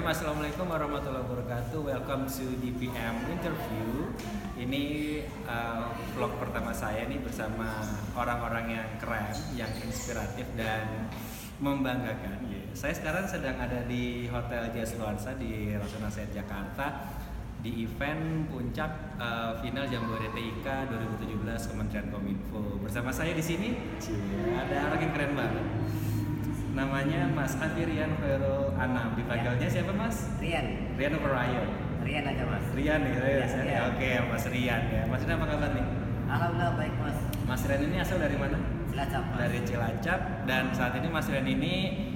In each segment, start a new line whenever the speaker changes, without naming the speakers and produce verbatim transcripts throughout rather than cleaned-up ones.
Bismillahirrahmanirrahim. Assalamualaikum warahmatullahi wabarakatuh. Welcome to D P M Interview. Ini uh, vlog pertama saya nih bersama orang-orang yang keren, yang inspiratif dan membanggakan. Yeah. Saya sekarang sedang ada di Hotel Jazz Nuansa di Rasuna Said Jakarta di event puncak uh, final Jambore T I K dua ribu tujuh belas Kementerian Kominfo. Bersama saya di sini, cie, ada orang yang keren banget. Namanya Mas Afirian Khairul Anam. Dipanggilnya siapa Mas?
Rian.
Rian atau Ryan?
Rian aja Mas.
Rian nih, Rian.
Rian,
Ya, oke Mas Rian ya. Mas Rian apa kabar nih?
Alhamdulillah baik Mas.
Mas Rian ini asal dari mana?
Cilacap Mas.
Dari Cilacap. Dan saat ini Mas Rian ini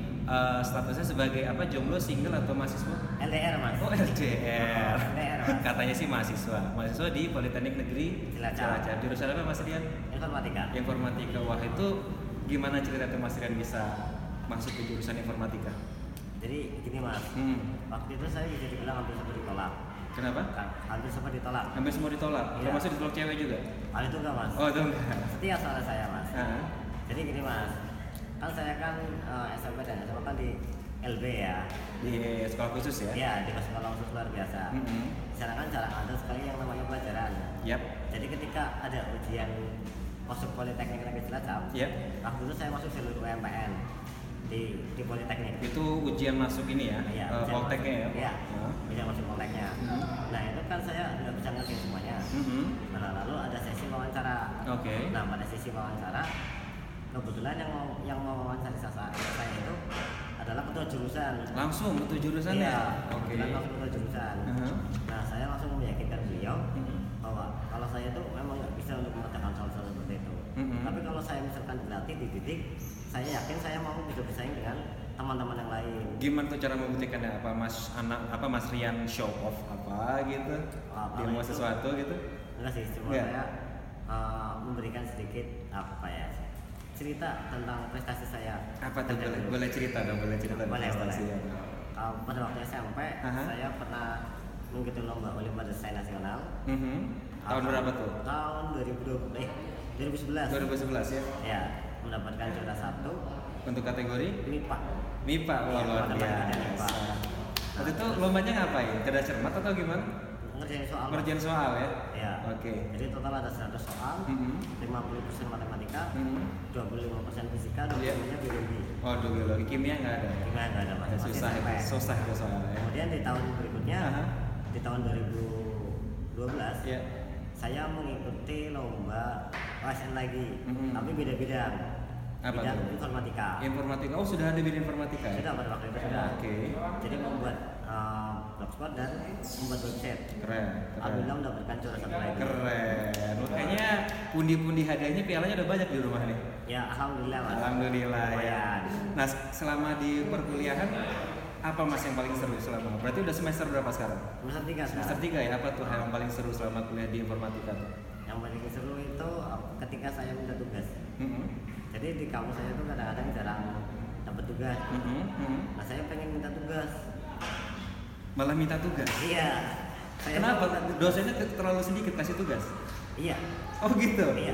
uh, statusnya sebagai apa? Jomblo, single atau mahasiswa?
L D R Mas.
Oh L D R.
L D R Mas.
Katanya sih mahasiswa. Mahasiswa di Politeknik Negeri
Cilacap.
Cilacap. Jurusan apa Mas Rian?
Informatika.
Informatika. Wah itu gimana cerita tuh Mas Rian bisa masuk ke jurusan informatika?
Jadi gini Mas.
Hmm.
Waktu itu saya bisa dibilang hampir sempat ditolak.
Kenapa?
Kan, hampir sempat ditolak.
Hampir semua ditolak.
Iya.
Termasuk ditolak cewek juga?
Hal itu enggak Mas.
Oh itu enggak.
Setia soalnya saya Mas.
Ah.
Jadi gini Mas. Kan saya kan uh, S M P dan S M A kan di L B ya.
Di sekolah khusus ya?
Iya, di sekolah khusus luar biasa.
Mm-hmm.
Di sana kan jarang ada sekali yang namanya pelajaran.
Yap.
Jadi ketika ada ujian masuk Politeknik Negeri Cilacap,
Yap.
waktu itu saya masuk jalur U M P N di di Politeknik.
Itu ujian masuk ini ya?
Iya,
uh,
ujian
Polteknya ya?
masuk. Iya,
Ah.
ujian masuk Polteknya.
Hmm.
Nah itu kan saya nggak bisa ngerti semuanya.
Mhm.
Nah lalu ada sesi wawancara.
Oke.
Nah pada sesi wawancara, kebetulan yang mau yang mau wawancara saya, saya itu adalah ketua jurusan.
Langsung itu jurusannya?
Iya,
Oke.
kebetulan langsung ketua jurusan.
Uh-huh.
Nah saya langsung meyakinkan beliau
Mhm.
bahwa kalau saya itu memang nggak bisa untuk mengerjakan soal-soal seperti itu.
Mhm.
Tapi kalau saya misalkan dilatih, dididik, saya yakin saya mau bisa bersaing dengan teman-teman yang lain.
Gimana tuh cara membuktikannya? Apa Mas anak apa Mas Rian show off apa gitu?
Ah,
Dia
kalau
mau
itu-
sesuatu gitu?
Enggak sih, cuma
Nggak?
saya uh, memberikan sedikit apa ya cerita tentang prestasi saya.
Apa tuh?
Kerja
Boleh,
dulu.
boleh cerita dong, boleh cerita dong
Boleh,
prestasi
boleh.
ya.
Uh, pada waktu S M P,
Aha.
saya pernah mengikuti lomba Olimpiade Sains Nasional.
Mhm. Tahun
Uh,
berapa tuh?
Tahun dua ribu dua puluh, eh dua ribu sebelas.
dua ribu sebelas ya?
Ya, mendapatkan juara satu
Untuk kategori?
M I P A.
M I P A, wah
Iya,
luar
matematika dan M I P A.
biasa. Waktu itu lombanya ngapain? Cerdas cermat atau gimana?
Ngerjain soal.
Ngerjain soal ya?
Ya.
Oke.
Jadi total ada seratus soal,
Mhm.
lima puluh persen matematika,
Mhm.
dua puluh lima persen fisika, dua
Iya.
puluh persen biologi.
Oh, dulu biologi kimia nggak ada ya?
Gimana nggak ada Mas?
Ya,
Masih
susah
S M P.
itu, susah itu soalnya.
Kemudian di tahun berikutnya,
Aha.
di tahun dua ribu dua belas,
Ya.
saya mengikuti lomba O S N lagi,
Mhm.
tapi beda bidang.
Apa
bidang
tuh?
informatika.
Informatika. Oh, sudah ada bidang informatika ya?
Sudah pada waktu itu sudah.
Oke.
Jadi membuat uh, blogspot dan membuat website.
Keren, keren.
Alhamdulillah mendapatkan juara satu lagi.
Keren. Makanya pundi-pundi hadiahnya pialanya udah banyak di rumah nih.
Ya alhamdulillah Mas.
Alhamdulillah ya.
Lumayan.
Nah, selama di perkuliahan apa Mas yang paling seru selama? Berarti udah semester berapa sekarang?
Semester tiga
Semester
sekarang.
tiga ya. Apa tuh hal yang paling seru selama kuliah di informatika tuh?
Yang paling seru itu uh, ketika saya minta tugas.
Mhm.
Jadi di kampus saya itu kadang-kadang jarang dapat tugas.
Mhm. Mhm.
Nah saya pengen minta tugas.
Malah minta tugas.
Iya. Saya
Kenapa?
mau minta tugas.
Dosennya ke- terlalu sedikit kasih tugas?
Iya.
Oh gitu?
Iya.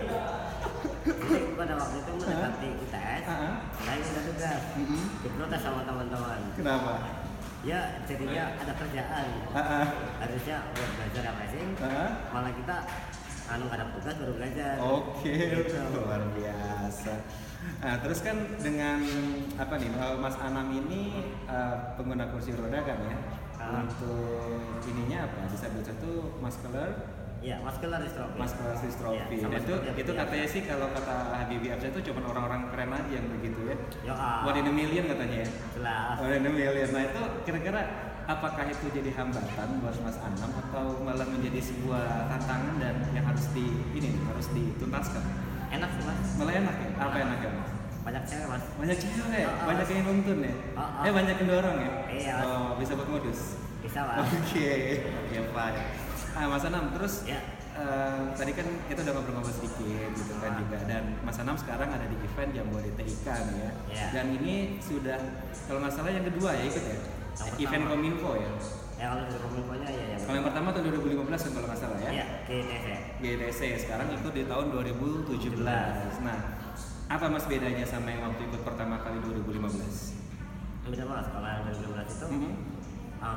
Jadi pada waktu itu mendekati U T S,
Ah.
saya minta tugas.
Mhm.
Diprotes sama teman-teman.
Kenapa?
Ya jadinya ada kerjaan.
Ah, ah.
Harusnya buat belajar refreshing.
Ah.
Malah kita anu nggak ada tugas baru belajar.
Oke,
Gitu.
luar biasa. Nah, terus kan dengan apa nih, eh, Mas Anam ini eh, pengguna kursi roda kan ya?
Ah.
Untuk ininya apa? Disabilitas itu muscular,
Iya, muscular dystrophy.
muscular dystrophy.
Iya, sama
Dan itu
seperti
itu
Habibie
katanya
Afsah.
sih kalau kata Habibie Afsah itu cuma orang-orang keren aja yang begitu ya.
Yo, ah.
One in a million katanya ya.
Jelas.
One in a million. Nah itu kira-kira apakah itu jadi hambatan buat Mas Anam atau malah menjadi sebuah tantangan dan yang harus di ini nih, harus dituntaskan?
Enak sih mas.
Malah enak ya? Apa enaknya Mas?
Banyak cewek mas.
Banyak cewek,
Ah, ah.
banyak yang nuntun ya?
Ah, ah.
Eh banyak yang dorong ya?
Iya.
Oh, bisa buat modus?
Bisa mas.
Oke, ya Pak. Ah Mas Anam, terus
Ya.
eh, tadi kan kita udah ngobrol-ngobrol sedikit gitu kan
Ah.
juga. Dan Mas Anam sekarang ada di event Jambore T I K nih ya.
Ya.
Dan ini sudah, kalau nggak salah yang kedua ya ikut ya?
Yang
Event
pertama.
Kominfo ya?
Ya kalau dari kominfonya ya yang.
Kalau yang pertama tahun dua ribu lima belas kan kalau nggak salah ya?
Iya, G T C.
G D C, sekarang ikut di tahun dua ribu tujuh belas. Nah, apa Mas bedanya sama yang waktu ikut pertama kali dua ribu lima belas?
Yang beda mas, kalau yang dua ribu lima belas itu
Mhm.
uh,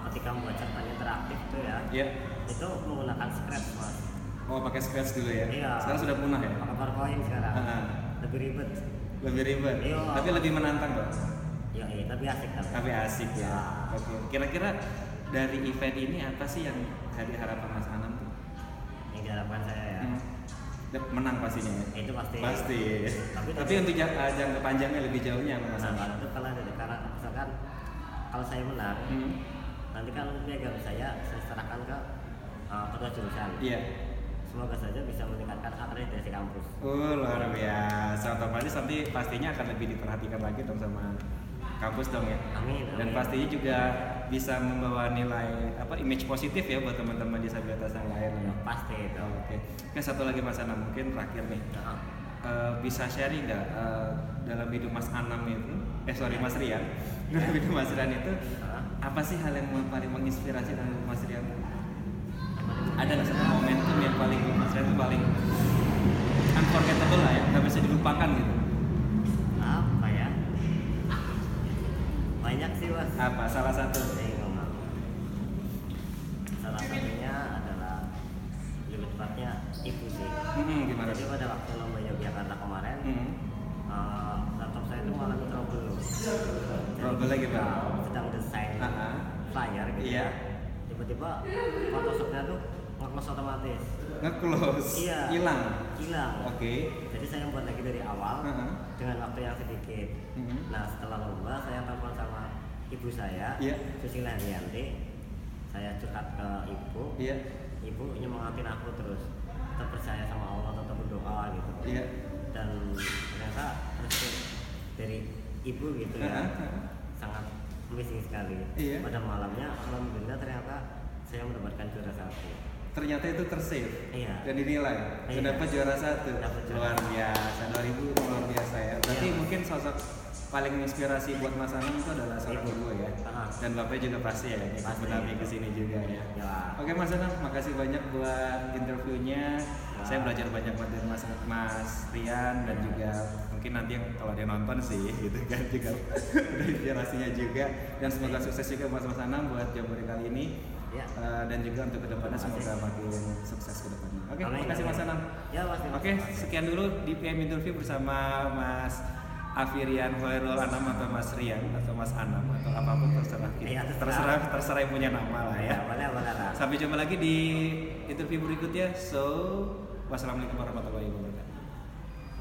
ketika membuat cerpen interaktif itu ya,
Iya.
itu menggunakan Scratch mas.
Oh, pakai Scratch dulu ya?
Iya.
Sekarang sudah punah ya?
Pakai PowerPoint sekarang.
Ah.
Lebih ribet.
Lebih ribet,
Iya.
tapi lebih menantang dong.
Ya, iya, tapi asik kan.
Tapi asik ya. Oke. Kira-kira dari event ini apa sih yang hari harapan Mas Anam tuh?
Yang diharapkan saya ya.
Hmm. Menang pastinya ya?
Itu pasti.
Pasti.
Tapi,
Tapi untuk jang- uh, jangka panjangnya lebih jauhnya apa Mas
nah,
Anam?
kalau itu kalau dari karena misalkan kalau saya menang,
Hmm.
nanti kan piagam saya saya serahkan ke uh, ketua jurusan.
Iya.
Semoga saja bisa meningkatkan akreditasi kampus.
Oh, luar biasa. Otomatis nanti pastinya akan lebih diperhatikan lagi dong sama kampus dong ya.
Amin.
Dan
amin.
pastinya juga bisa membawa nilai apa image positif ya buat teman-teman disabilitas yang lain ya.
Pasti itu.
Oke. Oke, satu lagi Mas Anam mungkin terakhir nih.
Nah,
Eh, bisa sharing nggak eh, dalam hidup Mas Anam itu? Eh sorry Mas Rian. Dalam hidup Mas Rian itu
nah,
apa sih hal yang paling menginspirasi dalam hidup Mas Rian?
apa itu?
Ada nggak satu momentum yang paling Mas Rian itu paling unforgettable lah ya, nggak bisa dilupakan gitu?
Apa ya? Banyak sih mas.
Apa? Salah satu?
Bingung aku. Salah satunya adalah lebih tepatnya ibu sih.
Hmm, gimana
Jadi
sih?
pada waktu lomba Yogyakarta kemarin,
Hmm.
uh, laptop saya itu mengalami trouble.
Trouble lagi, Pak?
Sedang desain
Ah-ah.
flyer gitu.
Iya.
ya. Tiba-tiba Photoshopnya tuh nge-close otomatis.
Nge-close?
Iya.
Hilang?
Hilang.
Oke.
Jadi saya membuat lagi dari awal
Ah-ah.
dengan waktu yang sedikit.
Mhm.
Nah setelah lomba saya telepon sama ibu saya,
Iya.
Susila Herianti. Saya curhat ke ibu.
Iya.
Ibu nyemangatin aku terus. Tetap percaya sama Allah, tetap berdoa gitu.
Iya.
Dan ternyata restu dari ibu gitu ya,
Ah-ah.
sangat amazing sekali.
Iya.
Pada malamnya alhamdulillah ternyata saya mendapatkan juara satu.
Ternyata itu tersave
Iya.
dan dinilai
Iya.
dapat juara satu.
Dapat juara
Luar biasa. dua ribu luar biasa ya. Berarti
Iya.
mungkin sosok paling menginspirasi buat Mas Anam itu adalah seorang
Ibu.
ibu ya.
Ah.
Dan Bapaknya juga pasti ya ikut
Pasti.
mendampingi ke sini juga ya.
Ya.
Oke Mas Anam, makasih banyak buat interviewnya.
Ya.
Saya belajar banyak banget dari Mas Mas Rian dan
Ya.
juga mungkin nanti yang kalau dia nonton sih gitu kan juga ada inspirasinya juga dan semoga sukses juga Mas Mas Anam buat Jambore kali ini.
Ya.
Uh, dan juga untuk kedepannya
Terima kasih.
semoga makin sukses kedepannya. Oke,
Amin,
terima kasih Mas
amin.
Anam.
Ya, Mas. terima
Oke,
kasih.
sekian dulu di P M interview bersama Mas Afirian Hoirul Anam atau Mas Rian atau Mas Anam atau apapun terserah kita.
Iya, terserah.
terserah terserah yang punya nama lah ya.
Ya, boleh, boleh.
Sampai jumpa lagi di interview berikutnya. So, wassalamualaikum warahmatullahi wabarakatuh.